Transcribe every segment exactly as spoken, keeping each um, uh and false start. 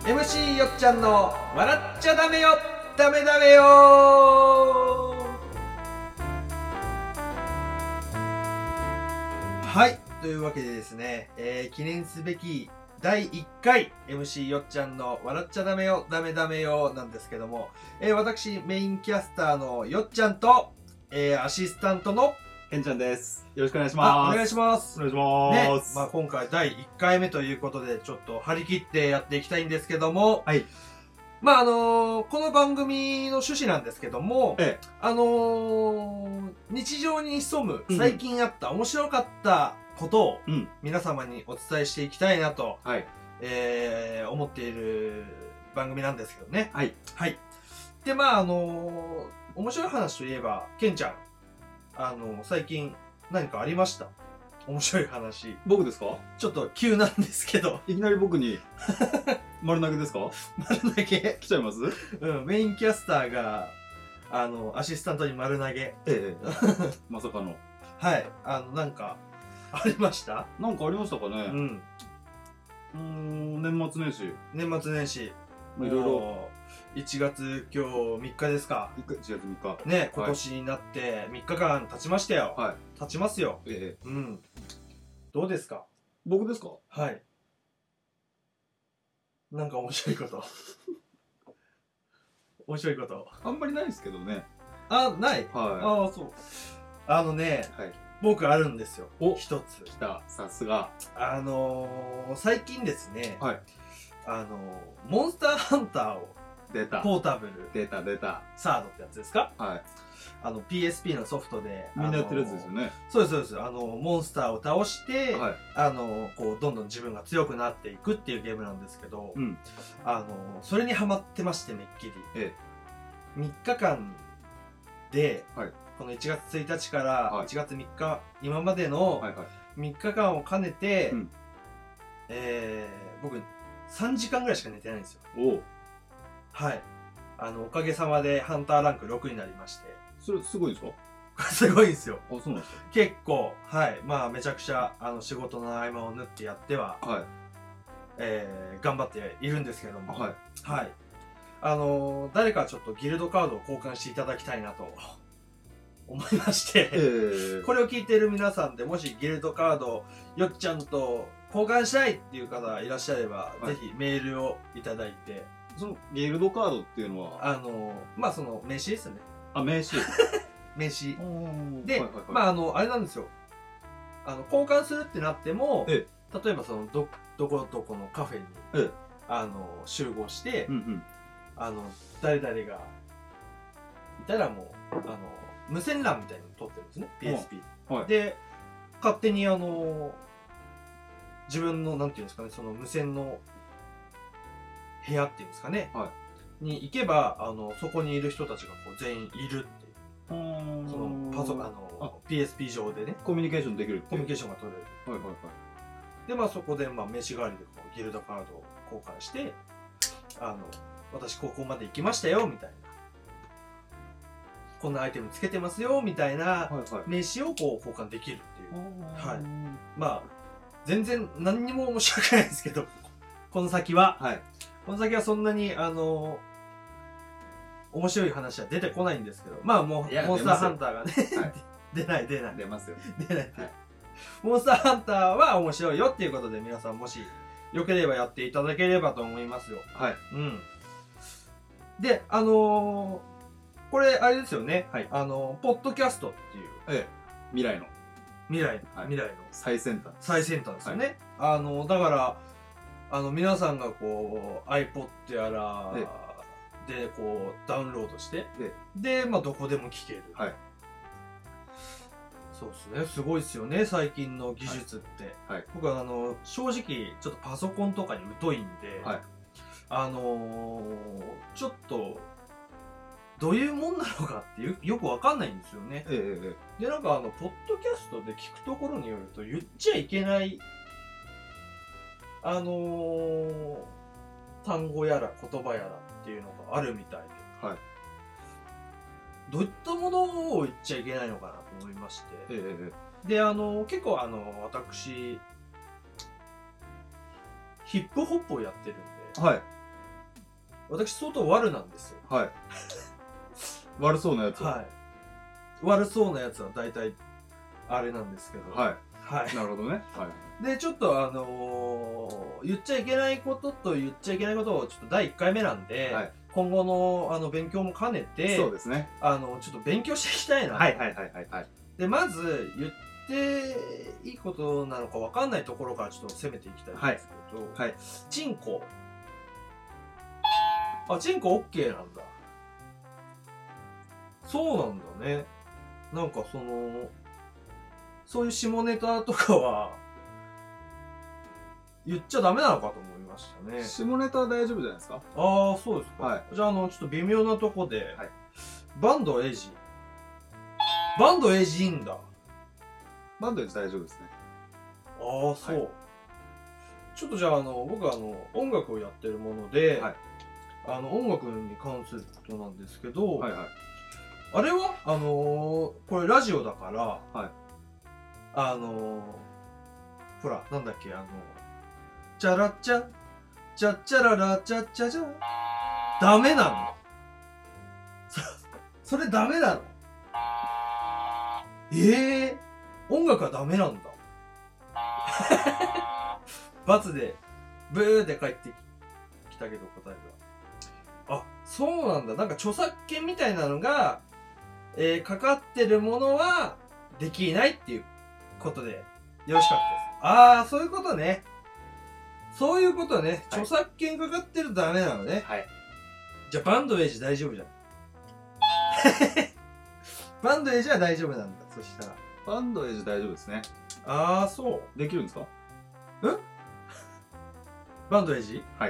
エムシー よっちゃんの笑っちゃダメよダメダメよはい、というわけでですね、えー、記念すべきだいいっかい エムシー よっちゃんの笑っちゃダメよダメダメよなんですけども、えー、私メインキャスターのよっちゃんと、えー、アシスタントのけんちゃんです。よろしくお願いします。 お願いします。 お願いします。 ね、まあ今回だいいっかいめということで、ちょっと張り切ってやっていきたいんですけども、 はい。 まああのー、この番組の趣旨なんですけども、 ええ、 あのー、日常に潜む最近あった面白かったことを皆様にお伝えしていきたいなと、 はい、 えー、思っている番組なんですけどね。 はい。 はい。で、まああのー、面白い話といえば、けんちゃん、あのー、最近何かありました？面白い話。 僕ですか？ ちょっと急なんですけど。 いきなり僕に丸投げですか？ 丸投げ来ちゃいます？ うん、メインキャスターが、あの、アシスタントに丸投げ。 ええ。まさかの。 はい。あの、なんか、ありました？ なんかありましたかね？ うん。 うーん、年末年始。 年末年始。 いろいろ。 いちがつ今日みっかですか。 いちがつみっか。 ね、今年になってみっかかん経ちましたよ。 はい。 経ちますよ。 ええ。 うん。どうですか？ 僕ですか？ はい。なんか面白いこと。面白いこと。 あんまりないですけどね。 あ、ない？ はい。 ああ、そう。あのね、 はい。 僕あるんですよ。 お、 一つ。 来た。さすが。 あのー、最近ですね、 はい。 あのー、モンスターハンターを出た。 ポータブル出た出た。 サードってやつですか？ はい。 あの ピーエスピー のソフトでみんなやってるやつですよね。 そうですそうです。あのモンスターを倒して、 はい。 あのこうどんどん自分が強くなっていくっていうゲームなんですけど、 うん。 あのそれにハマってましてめっきり。 ええ。みっかかんで、 はい。 このいちがつついたちからいちがつみっか、今までのみっかかんを兼ねて、 うん、 えー、僕さんじかんぐらいしか寝てないんですよ。 おお。 はい。あのおかげさまでハンターランクろくになりまして。 それすごいですか？ すごいんですよ。 あ、そうなんですか。 結構、はい。まあ、めちゃくちゃ、あの、仕事の合間を縫ってやっては、 はい。 えー、頑張っているんですけども、 はい。 はい。あのー、誰かちょっとギルドカードを交換していただきたいなと思いまして、えー、これを聞いている皆さんでもしギルドカードをよっちゃんと交換したいっていう方いらっしゃれば、はい、ぜひメールをいただいて、 そのギルドカードっていうのは、 あのー、まあ、その名刺ですね。 あ、名刺名刺で、 はいはいはい、 まああのあれなんですよ、あの交換するってなっても、ええ、例えばそのどどこどこのカフェに、ええ、あの集合して、うんうん、あの誰々がいたらもうあの無線 ラン みたいなの取ってるんですね、 ピーエスピー、はい、で勝手にあの自分のなんていうんですかね、その無線の部屋っていうんですかね、はい、に行けばあのそこにいる人たちがこう全員いるっていう、そのパソあの ピーエスピー 上でねコミュニケーションできるコミュニケーションが取れる。はいはいはい。でまあそこでまあ名刺代わりでこうギルドカードを交換して、あの私ここまで行きましたよみたいな、こんなアイテムつけてますよみたいな名刺をこう交換できるっていう。はい。まあ全然何にも面白くないですけど、この先は、はい、この先はそんなにあの面白い話は出てこないんですけど、まあもうモンスターハンターがね、はい、出ない出ない出ますよ、 出ない、はい、モンスターハンターは面白いよっていうことで、皆さんもしよければやっていただければと思いますよ。はい。うん。で、あのー、これあれですよね、はい、あのー、ポッドキャストっていう、 ええ、未来の未来の、はい、未来の最先端最先端ですよね。はい、あのー、だからあの皆さんがこう iPod やら、ええでこうダウンロードしてで、まあ、どこでも聴ける、はい、そうですね、すごいですよね最近の技術って、はいはい、僕はあの正直ちょっとパソコンとかに疎いんで、はい、あのー、ちょっとどういうもんなのかってよ、よくわかんないんですよね、ええ、でなんかあのポッドキャストで聞くところによると言っちゃいけないあのー、単語やら言葉やらっていうのがあるみたいで、はい、どういったものを言っちゃいけないのかなと思いまして、ええ、であの結構あの私ヒップホップをやってるんで、はい、 私相当悪なんですよ。 はい。悪そうなやつ。 はい。悪そうなやつは大体、あれなんですけど。 はい。 はい。 なるほどね。はい。 で、ちょっとあのー、言っちゃいけないことと言っちゃいけないことをちょっとだいいっかいめなんで、はい、今後のあの勉強も兼ねて、 そうですね。 あの、ちょっと勉強していきたいなと。 はいはいはいはいはい。 で、まず、言っていいことなのか分かんないところからちょっと攻めていきたいんですけど、はい。はい、チンコ。あ、チンコ OK なんだ。そうなんだね。なんかその、そういう下ネタとかは、言っちゃダメなのかと思いましたね。 下ネタは大丈夫じゃないですか？ ああ、そうですか。はい。じゃあ、あの、ちょっと微妙なとこで、はい、バンドエイジ。バンドエイジいいんだ。 バンドエイジ大丈夫ですね。 ああ、そう。はい、ちょっとじゃあ、あの、僕はあの、音楽をやってるもので、はい、あの、音楽に関することなんですけど、はいはい、あれはあのー、これラジオだから、はい、あのー、ほら、なんだっけ、あの、チャラッチャ、チャッチャララチャッチャチャ、ダメなの？そ、それダメなの？ええー、音楽はダメなんだ。罰で、ブーで帰ってきたけど答えが。あ、そうなんだ。なんか著作権みたいなのが、えー、かかってるものはできないっていうことでよろしかったです。ああ、そういうことね。そういうことね。はい、著作権かかってるとダメなのね。はい。じゃあバンドエイジ大丈夫じゃん。バンドエイジは大丈夫なんだ。そしたら。 バンドエイジ大丈夫ですね。 ああ、そう。 できるんですか？ ん？バンドエイジ？ はい。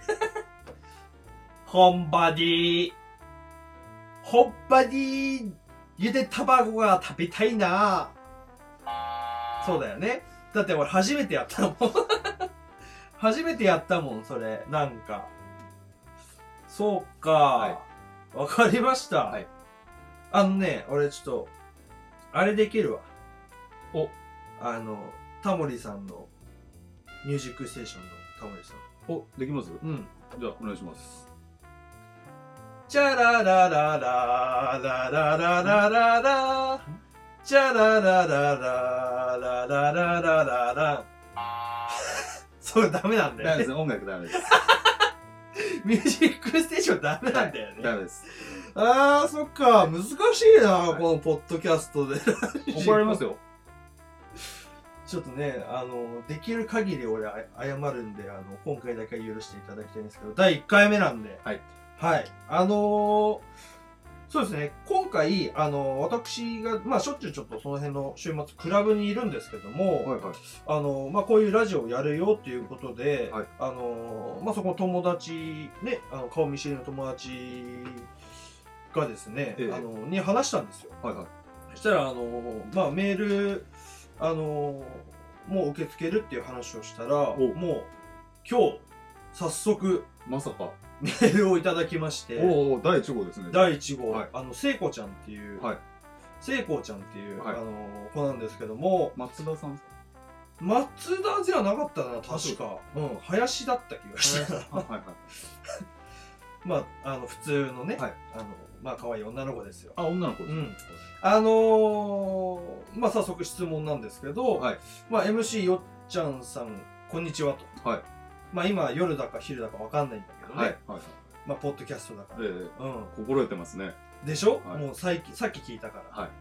ホンバディー。ホンバディー。ゆで卵が食べたいな。そうだよね。だって俺初めてやったもん。初めてやったもん、それ。なんか。そうか。はい、わかりました。はい、あのね、俺ちょっと、あれできるわ。お、あの、タモリさんの、ミュージックステーションのタモリさん。 お、できます？ うん。 じゃあ、お願いします。 チャララララララララララチャララララララララララそれダメなんだよね。 ダメです。音楽ダメです。 ミュージックステーションダメなんだよね。 ダメです。 あー、そっか。難しいな、このポッドキャストで。 怒られますよ。 ちょっとね、あの、できる限り俺謝るんで、あの、今回だけは許していただきたいんですけど、だいいっかいめなんで。はい。はい。あのー、そうですね。今回、あのー、私が、まあ、しょっちゅうちょっとその辺の週末、クラブにいるんですけども、はいはい、あのー、まあ、こういうラジオをやるよっていうことで、はい、あのー、まあ、そこの友達、ね、あの、顔見知りの友達がですね、ええ、あのに話したんですよ。はいはい。そしたら、あのまあ、メール、あのもう受け付けるっていう話をしたら、もう、今日、早速、 まさか。 メールをいただきまして。 おお、だいいち号ですね。 だいいち号。はい、あの、聖子ちゃんっていう、はい、聖子ちゃんっていう、はい、あの子なんですけども。 松田さん松田じゃなかったな、確か。うん、林だった気がした。はいはい。まあ、あの、普通のね、はい、あの、まあ、可愛い女の子ですよ。 あ、女の子ですね。うん。 あのー、まあ、早速質問なんですけど、はい、まあ、エムシー よっちゃんさん、こんにちはと。はい。まあ、今、夜だか昼だかわかんないんだけどね。はい。はい、まあ、ポッドキャストだから。ええ。うん。 心得てますね。 でしょ、はい、もう最近、さっき聞いたから。はい。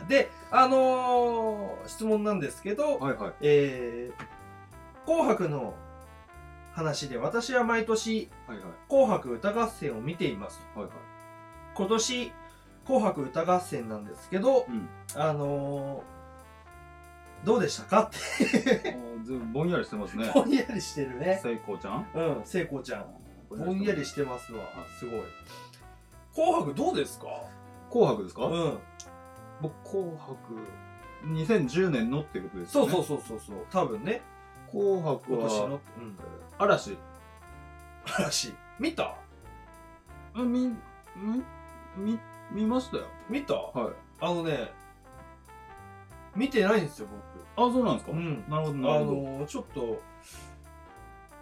で、あのー、質問なんですけど、はいはい。えー、紅白の話で、私は毎年、はいはい、紅白歌合戦を見ています。はいはい、今年、紅白歌合戦なんですけど、うん、あのー、どうでしたかってぼんやりしてますね。 ぼんやりしてるね。 聖子ちゃんうん、聖子ちゃん。ぼんやりしてますわ。すごい。紅白どうですか？ 紅白ですか？ うん。 僕、紅白、にせんじゅうねんのっていうことですよね。 そうそうそうそう。多分ね。 紅白は、今年の、うん、嵐。 嵐。見た？ み、み、み、見ましたよ。 見た？ はい。 あのね、見てないんですよ、僕。 あ、そうなんですか？うん。なるほど、なるほど。 あのー、ちょっと、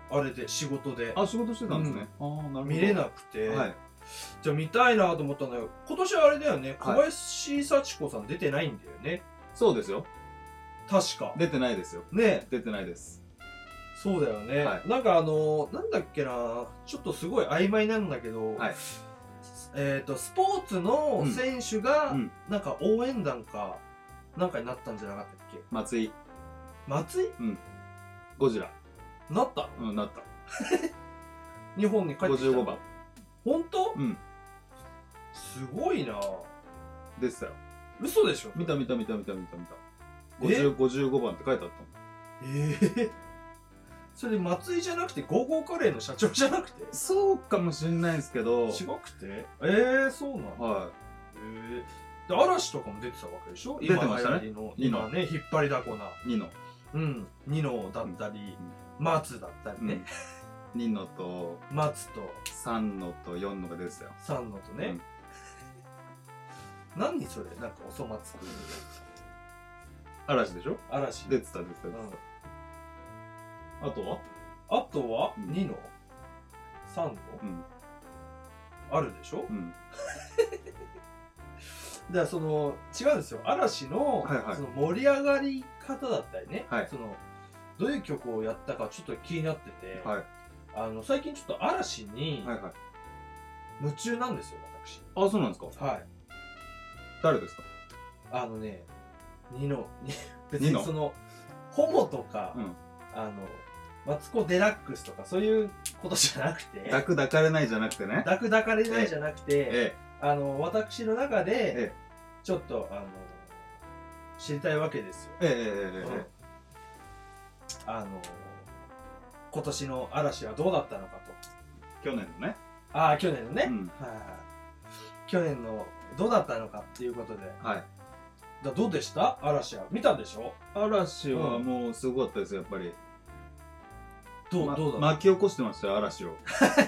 あれで仕事で。 あ、仕事してたんですね。うん、あ、なるほど。 見れなくて、はい、じゃあ見たいなと思ったんだけど、今年はあれだよね、小林幸子さん出てないんだよね。 そうですよ。 確か。 出てないですよ。 ね、 出てないです。 そうだよね。はい、なんかあのー、なんだっけな、ちょっとすごい曖昧なんだけど、はい、えっと、スポーツの選手が、なんか応援団か、なんかになったんじゃなかったっけ？ 松井。 松井？ うん。ゴジラ。 なった？ うん、なった。 日本に帰ってきた。 ごじゅうごばん。 本当？ うん。 すごいな。 でしたよ。 嘘でしょ？ 見た見た見た見た見た見た。ごじゅう、ごじゅうごばんって書いてあったもん。ええ。それ松井じゃなくてゴーゴーカレーの社長じゃなくて？ そうかもしれないですけど。 違くて？ええー、そうなの？ はい。 ええー。で、嵐とかも出てたわけでしょ？ 出てましたね。 今ね、引っ張りだこな。 ニノ。 うん。ニノだったり、うん、松だったりね。 うん、ニノと、 松と、 さんのとよんのが出てたよ。 さんのとね。うん、何それ？なんかおそ松くん。 嵐でしょ？ 嵐。 出てた出てた出てた。あとはあとは、うん、にのさんの、 うん、 あるでしょ、 うん、 だからその違うんですよ、嵐 の、はいはい、その盛り上がり方だったりね、はい、そのどういう曲をやったかちょっと気になってて、はい、あの最近ちょっと嵐に夢中なんですよ、私。 あ、そうなんですか？はい。誰ですか？ あのね、ニノ別にそのホモとか、うん、あのマツコ・デラックスとかそういうことじゃなくて、 抱く抱かれないじゃなくてね、 抱く抱かれないじゃなくて、ええ、あの私の中で、ええ、ちょっとあの知りたいわけですよ。ええええ、うん、あの今年の嵐はどうだったのかと。 去年のね。 ああ、去年のね、うん、はあ、去年のどうだったのかっていうことで、はい、だどうでした？嵐は見たでしょ？ 嵐はもうすごかったですよ、やっぱり。 どう、ま、どうだ巻き起こしてましたよ、嵐を。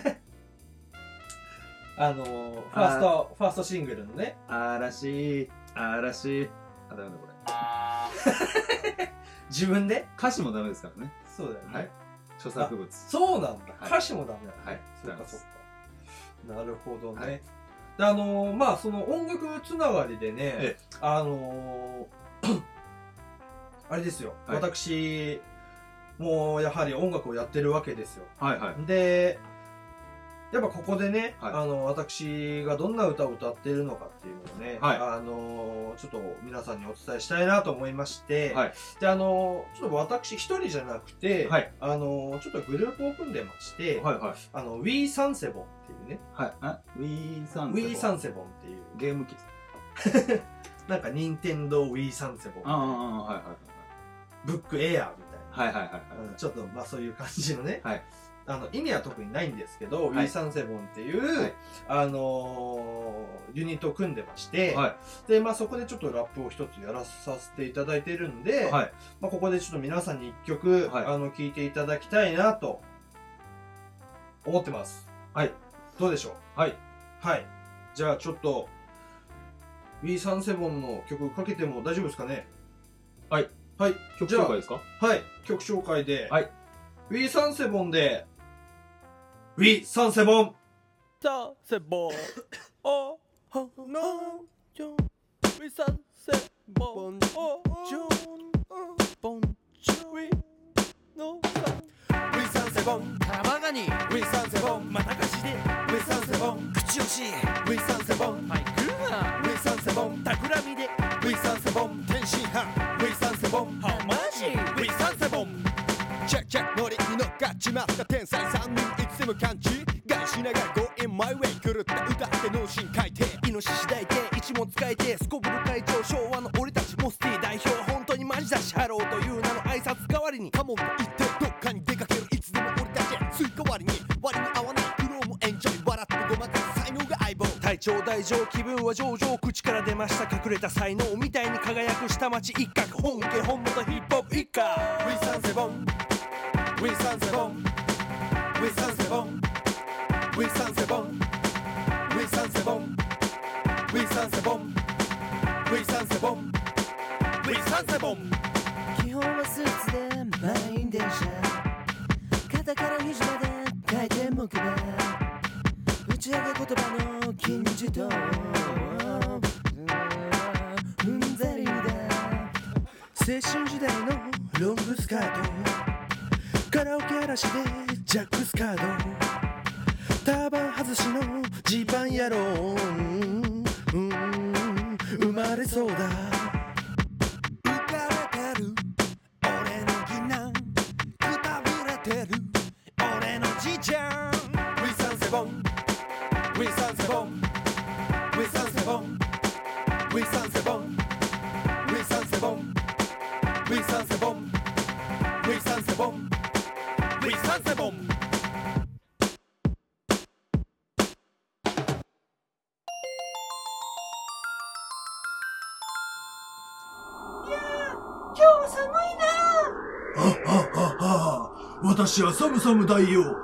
あのー、ファースト、ファーストシングルのね。 嵐、嵐。あ、ダメだこれ。自分で歌詞もダメですからね。 そうだよね。はい。 著作物。 そうなんだ。歌詞もダメなんだ。はい。そうかそうか。なるほどね。はい、で、あのー、まあ、その音楽つながりでね、ええ、あのー、あれですよ。はい、私、もうやはり音楽をやってるわけですよ。はいはい。で、やっぱここでね、はい、あの、私がどんな歌を歌っているのかっていうのをね、はい、あの、ちょっと皆さんにお伝えしたいなと思いまして、はい、で、あの、ちょっと私一人じゃなくて、はい、あの、ちょっとグループを組んでまして、はいはい、あの、ウィーサンセボンっていうね。 はい。あ、ウィーサンセボン。 ウィーサンセボンっていう。 ゲーム機。 なんか、ニンテンドーウィーサンセボン。ああ、はいはいはい。ブックエアーみたいな。はいはいはい、はい、ちょっとまあそういう感じのね、はい、あの意味は特にないんですけど、はい、ウィーサンセボンっていう、はい、あのー、ユニットを組んでまして、はい、でまあそこでちょっとラップを一つやらさせていただいているんで、はい、まあここでちょっと皆さんに一曲、はい、あの聴いていただきたいなと思ってます。はい。どうでしょう？はい。はい。じゃあちょっとウィーサンセボンの曲かけても大丈夫ですかね？はい。はい。 曲紹介ですか？ はい。曲紹介で。はい。ウィーサンセボンで、ウィーサンセボンサンセボンおはのジョンウィーサンセボンおジョンボンジョウィのサンウィーサンセボン玉ガニウィーサンセボンまた貸しでウィーサンセボン口押しウィーサンセボンマイクーナーウィーサンセボンたくらみでウィーサンセボン天津飯ウィーサンセボンハマジウィーサンセボンチェックチェックノリに乗っかっちまった天才さんにんいつでも勘違いしながら Go in my way 狂った歌って脳神書いてイノシシ抱いて一問使えてすこぶる会長昭和の俺たちモスティ代表本当にマジだしハローという名の挨拶代わりにカモンと言ってどっかに出かけるいつでも俺たちスイカ割りに割に合わない苦労もエンジョイ笑ってごまかす才能が相棒体調大丈気分は上々口から出ました隠れた才能みたいに輝く下町一角本家本元ヒップホップ一家ウィーサンセボンウィーサンセボンウィーサンセボンウィーサンセボンウィーサンセボンウィーサンセボンウィーサンセボンウィーサンセボン基本はスーツで満員電車片肩から肘まで回転木馬打ち上げ言葉の金字塔うんざりだ青春時代のロングスカートカラオケ嵐でジャックスカードターバン外しのジーパン野郎うん生まれそうだ浮かれてる俺の疑難くたびれてる俺のじいちゃんウィサンセボンウィサンセボンウィサンセボンウィサンセボンウィサンセボンウィサンセボンウィサンセボンウィサンセボン今日は寒いな。 はははは私は寒寒大王。 誰誰だ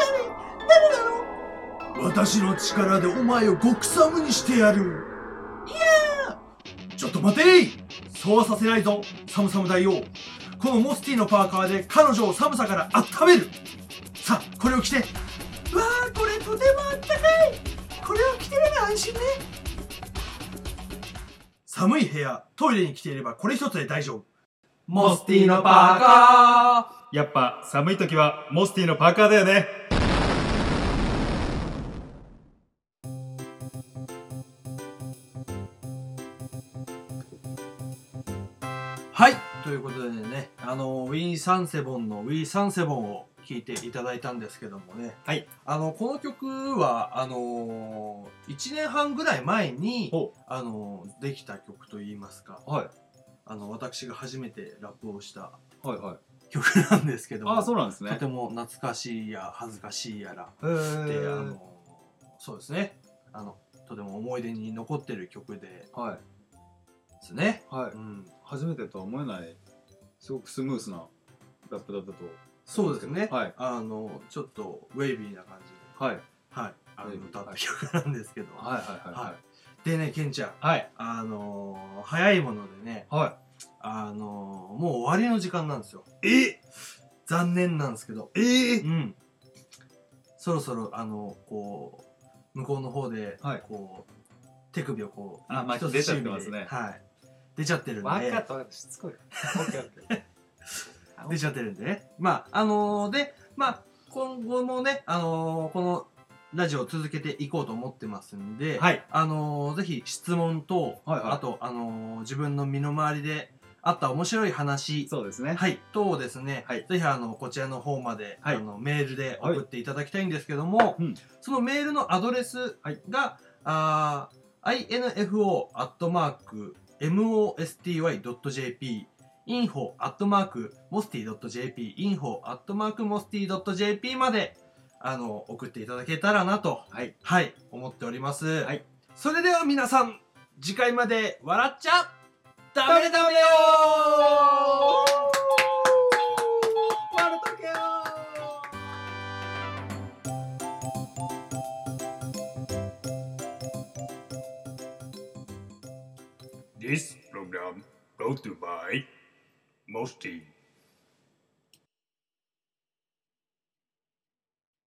ろう。私の力でお前を極寒にしてやる。 いやーちょっと待てい。そうはさせないぞ寒寒大王。このモスティのパーカーで彼女を寒さから温める。さあこれを着て。わあこれとてもあったかい。これを着てれば安心ね。寒い部屋トイレに来ていればこれ一つで大丈夫。モスティのパーカー。やっぱ寒い時はモスティのパーカーだよね。 はい、ということでね、あのウィーサンセボンのウィーサンセボンを聴いていただいたんですけどもね、はい、あのこの曲はあのいちねんはんぐらい前にあのできた曲といいますか、はい、あの私が初めてラップをした曲なんですけども、 あ、そうなんですね。 とても懐かしいや恥ずかしいやらで、あのそうですね、あのとても思い出に残ってる曲で、はい、ですね。 はい、うん、初めてとは思えないすごくスムースなラップだったと。 そうですね、はい、あのちょっとウェイビーな感じで、はいはい、あの歌った曲なんですけど、はいはいはい。でね、ケンちゃん、はい、あのー、早いものでね、はい、あのー、もう終わりの時間なんですよ。え残念なんですけど、えー、うん、そろそろあのこう向こうの方で、はい、こう手首をこう、 あ、まあ、出ちゃってますね。 はい、出ちゃってるんで。 わかったわかった、しつこい。 出ちゃってるんでね。まあ、あのー、で、まあ、今後もね、あのー、このラジオを続けていこうと思ってますんで、はい、あのー、ぜひ質問と、はいはい、あと、あのー、自分の身の回りであった面白い話、そうですね。はい、等ですね、はい、ぜひ、あの、こちらの方まで、はい、あのメールで送っていただきたいんですけども、はい、うん、そのメールのアドレスが、はい、アイエヌエフオー アットマーク モスティワイ ドット ジェーピー info アットマーク モスティ ドット ジェーピー info アットマーク モスティ ドット ジェーピー まであの送っていただけたらなと、はい、はい、思っております。はい、それでは皆さん次回まで笑っちゃダメダメよー。笑っとけよー。 This program brought to you by Mosty.